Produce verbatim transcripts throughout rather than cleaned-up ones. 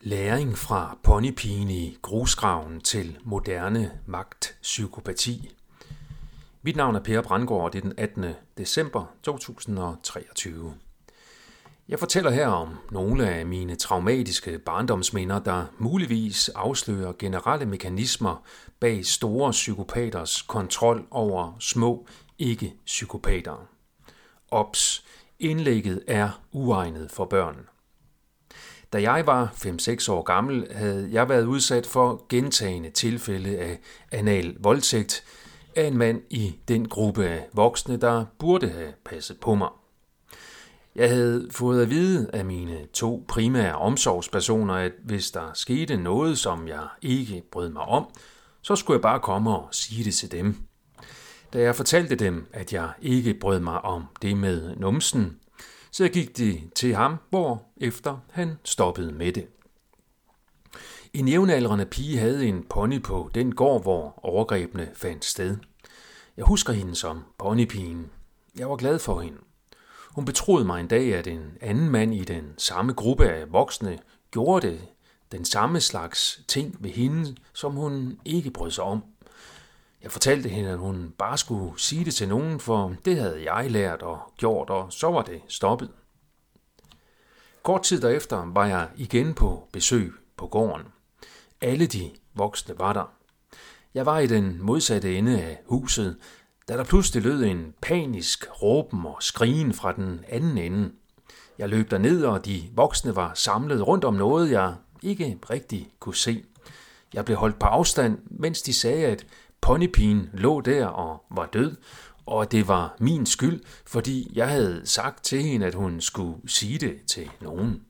Læring fra ponypigen i grusgraven til moderne magtpsykopati. Mit navn er Per Brandgaard, og det er den attende december to tusind og treogtyve. Jeg fortæller her om nogle af mine traumatiske barndomsminder, der muligvis afslører generelle mekanismer bag store psykopaters kontrol over små ikke-psykopater. Ops, indlægget er uegnet for børn. Da jeg var fem seks år gammel, havde jeg været udsat for gentagne tilfælde af anal voldtægt af en mand i den gruppe af voksne, der burde have passet på mig. Jeg havde fået at vide af mine to primære omsorgspersoner, at hvis der skete noget, som jeg ikke brød mig om, så skulle jeg bare komme og sige det til dem. Da jeg fortalte dem, at jeg ikke brød mig om det med numsen, så gik de til ham, hvor efter han stoppede med det. En jævnaldrende pige havde en pony på den gård, hvor overgrebene fandt sted. Jeg husker hende som ponypigen. Jeg var glad for hende. Hun betroede mig en dag, at en anden mand i den samme gruppe af voksne gjorde det, den samme slags ting ved hende, som hun ikke brød sig om. Jeg fortalte hende, at hun bare skulle sige det til nogen, for det havde jeg lært og gjort, og så var det stoppet. Kort tid derefter var jeg igen på besøg på gården. Alle de voksne var der. Jeg var i den modsatte ende af huset, da der pludselig lød en panisk råben og skrigen fra den anden ende. Jeg løb derned, og de voksne var samlet rundt om noget, jeg ikke rigtig kunne se. Jeg blev holdt på afstand, mens de sagde, at ponypigen lå der og var død, og det var min skyld, fordi jeg havde sagt til hende, at hun skulle sige det til nogen.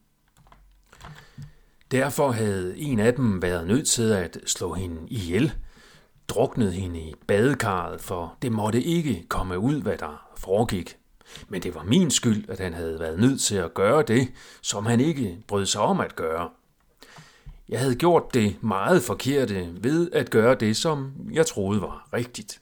Derfor havde en af dem været nødt til at slå hende ihjel, druknede hende i badekarret, for det måtte ikke komme ud, hvad der foregik. Men det var min skyld, at han havde været nødt til at gøre det, som han ikke brød sig om at gøre. Jeg havde gjort det meget forkerte ved at gøre det, som jeg troede var rigtigt.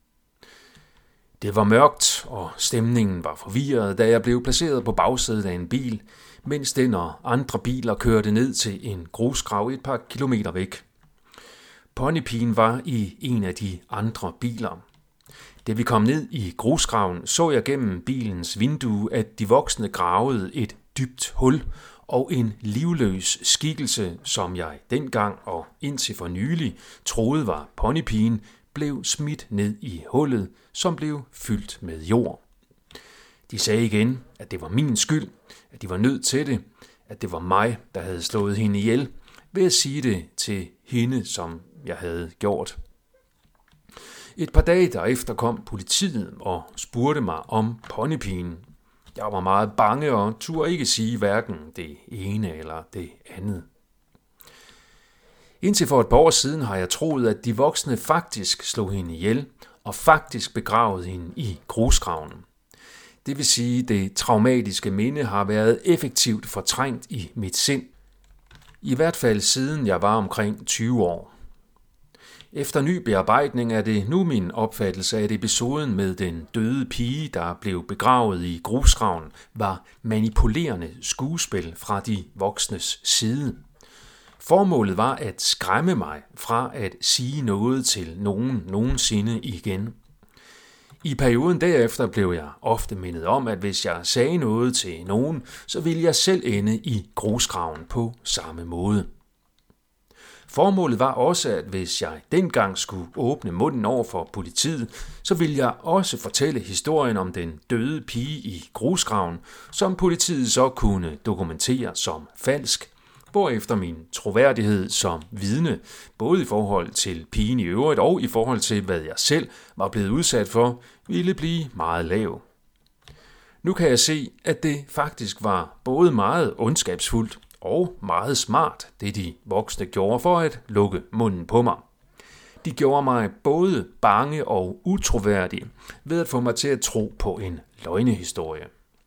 Det var mørkt, og stemningen var forvirret, da jeg blev placeret på bagsædet af en bil, mens den og andre biler kørte ned til en grusgrav et par kilometer væk. Ponypigen var i en af de andre biler. Da vi kom ned i grusgraven, så jeg gennem bilens vindue, at de voksne gravede et dybt hul, og en livløs skikkelse, som jeg dengang og indtil for nylig troede var ponypigen, blev smidt ned i hullet, som blev fyldt med jord. De sagde igen, at det var min skyld, at de var nødt til det, at det var mig, der havde slået hende ihjel, ved at sige det til hende, som jeg havde gjort. Et par dage derefter kom politiet og spurgte mig om ponypigen. Jeg var meget bange og turde ikke sige hverken det ene eller det andet. Indtil for et par år siden har jeg troet, at de voksne faktisk slog hende ihjel og faktisk begravede hende i grusgraven. Det vil sige, at det traumatiske minde har været effektivt fortrængt i mit sind. I hvert fald siden jeg var omkring tyve år. Efter ny bearbejdning er det nu min opfattelse, at episoden med den døde pige, der blev begravet i grusgraven, var manipulerende skuespil fra de voksnes side. Formålet var at skræmme mig fra at sige noget til nogen nogensinde igen. I perioden derefter blev jeg ofte mindet om, at hvis jeg sagde noget til nogen, så ville jeg selv ende i grusgraven på samme måde. Formålet var også, at hvis jeg dengang skulle åbne munden over for politiet, så ville jeg også fortælle historien om den døde pige i grusgraven, som politiet så kunne dokumentere som falsk, hvorefter min troværdighed som vidne, både i forhold til pigen i øvrigt og i forhold til, hvad jeg selv var blevet udsat for, ville blive meget lav. Nu kan jeg se, at det faktisk var både meget ondskabsfuldt og meget smart, det de voksne gjorde for at lukke munden på mig. De gjorde mig både bange og utroværdig ved at få mig til at tro på en løgnehistorie.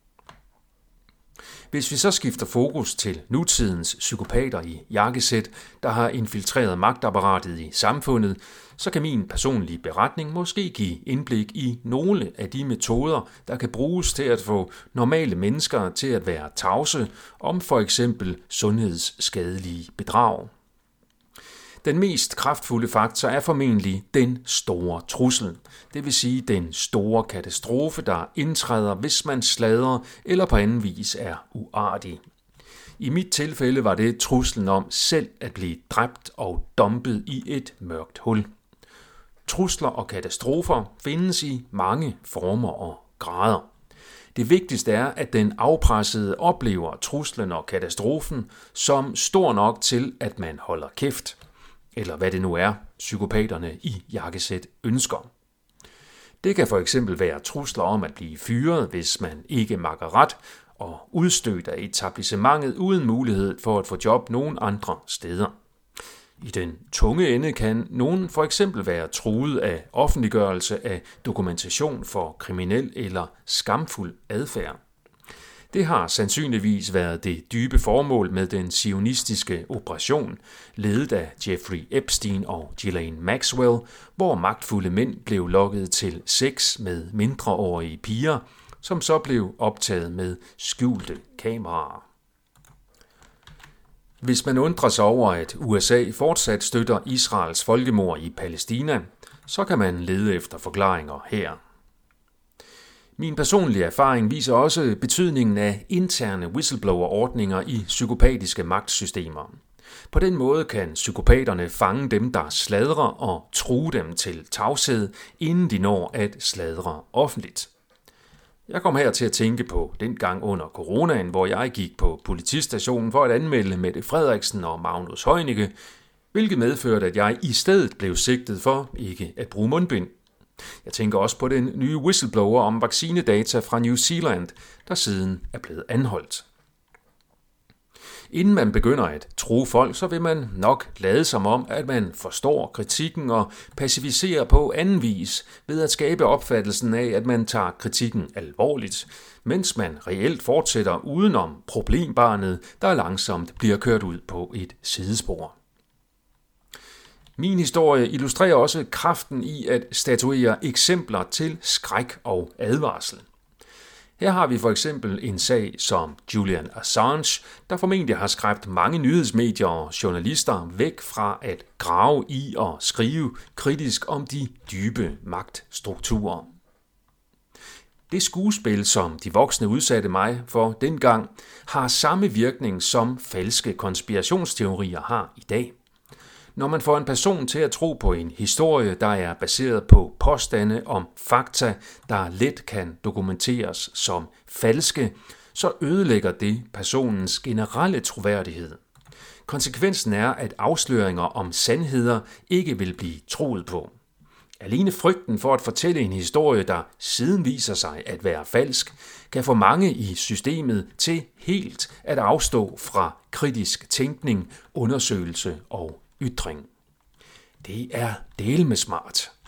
Hvis vi så skifter fokus til nutidens psykopater i jakkesæt, der har infiltreret magtapparatet i samfundet, så kan min personlige beretning måske give indblik i nogle af de metoder, der kan bruges til at få normale mennesker til at være tavse om for eksempel sundhedsskadelige bedrag. Den mest kraftfulde faktor er formentlig den store trussel, det vil sige den store katastrofe, der indtræder, hvis man sladrer eller på anden vis er uartig. I mit tilfælde var det truslen om selv at blive dræbt og dumpet i et mørkt hul. Trusler og katastrofer findes i mange former og grader. Det vigtigste er, at den afpressede oplever truslen og katastrofen som stor nok til, at man holder kæft. Eller hvad det nu er, psykopaterne i jakkesæt ønsker. Det kan for eksempel være trusler om at blive fyret, hvis man ikke makker ret, og udstødt af etablissementet uden mulighed for at få job nogen andre steder. I den tunge ende kan nogen for eksempel være truet af offentliggørelse af dokumentation for kriminel eller skamfuld adfærd. Det har sandsynligvis været det dybe formål med den zionistiske operation, ledet af Jeffrey Epstein og Ghislaine Maxwell, hvor magtfulde mænd blev lokket til sex med mindreårige piger, som så blev optaget med skjulte kameraer. Hvis man undrer sig over, at U S A fortsat støtter Israels folkemord i Palæstina, så kan man lede efter forklaringer her. Min personlige erfaring viser også betydningen af interne whistleblower-ordninger i psykopatiske magtsystemer. På den måde kan psykopaterne fange dem, der sladrer, og true dem til tavshed, inden de når at sladre offentligt. Jeg kom her til at tænke på den gang under coronaen, hvor jeg gik på politistationen for at anmelde Mette Frederiksen og Magnus Heunicke, hvilket medførte, at jeg i stedet blev sigtet for ikke at bruge mundbind. Jeg tænker også på den nye whistleblower om vaccinedata fra New Zealand, der siden er blevet anholdt. Inden man begynder at true folk, så vil man nok lade som om, at man forstår kritikken og pacificerer på anden vis ved at skabe opfattelsen af, at man tager kritikken alvorligt, mens man reelt fortsætter udenom problembarnet, der langsomt bliver kørt ud på et sidespor. Min historie illustrerer også kraften i at statuere eksempler til skræk og advarsel. Her har vi for eksempel en sag som Julian Assange, der formentlig har skræmt mange nyhedsmedier og journalister væk fra at grave i og skrive kritisk om de dybe magtstrukturer. Det skuespil, som de voksne udsatte mig for dengang, har samme virkning som falske konspirationsteorier har i dag. Når man får en person til at tro på en historie, der er baseret på påstande om fakta, der let kan dokumenteres som falske, så ødelægger det personens generelle troværdighed. Konsekvensen er, at afsløringer om sandheder ikke vil blive troet på. Alene frygten for at fortælle en historie, der siden viser sig at være falsk, kan få mange i systemet til helt at afstå fra kritisk tænkning, undersøgelse og ytring. Det er dælme smart.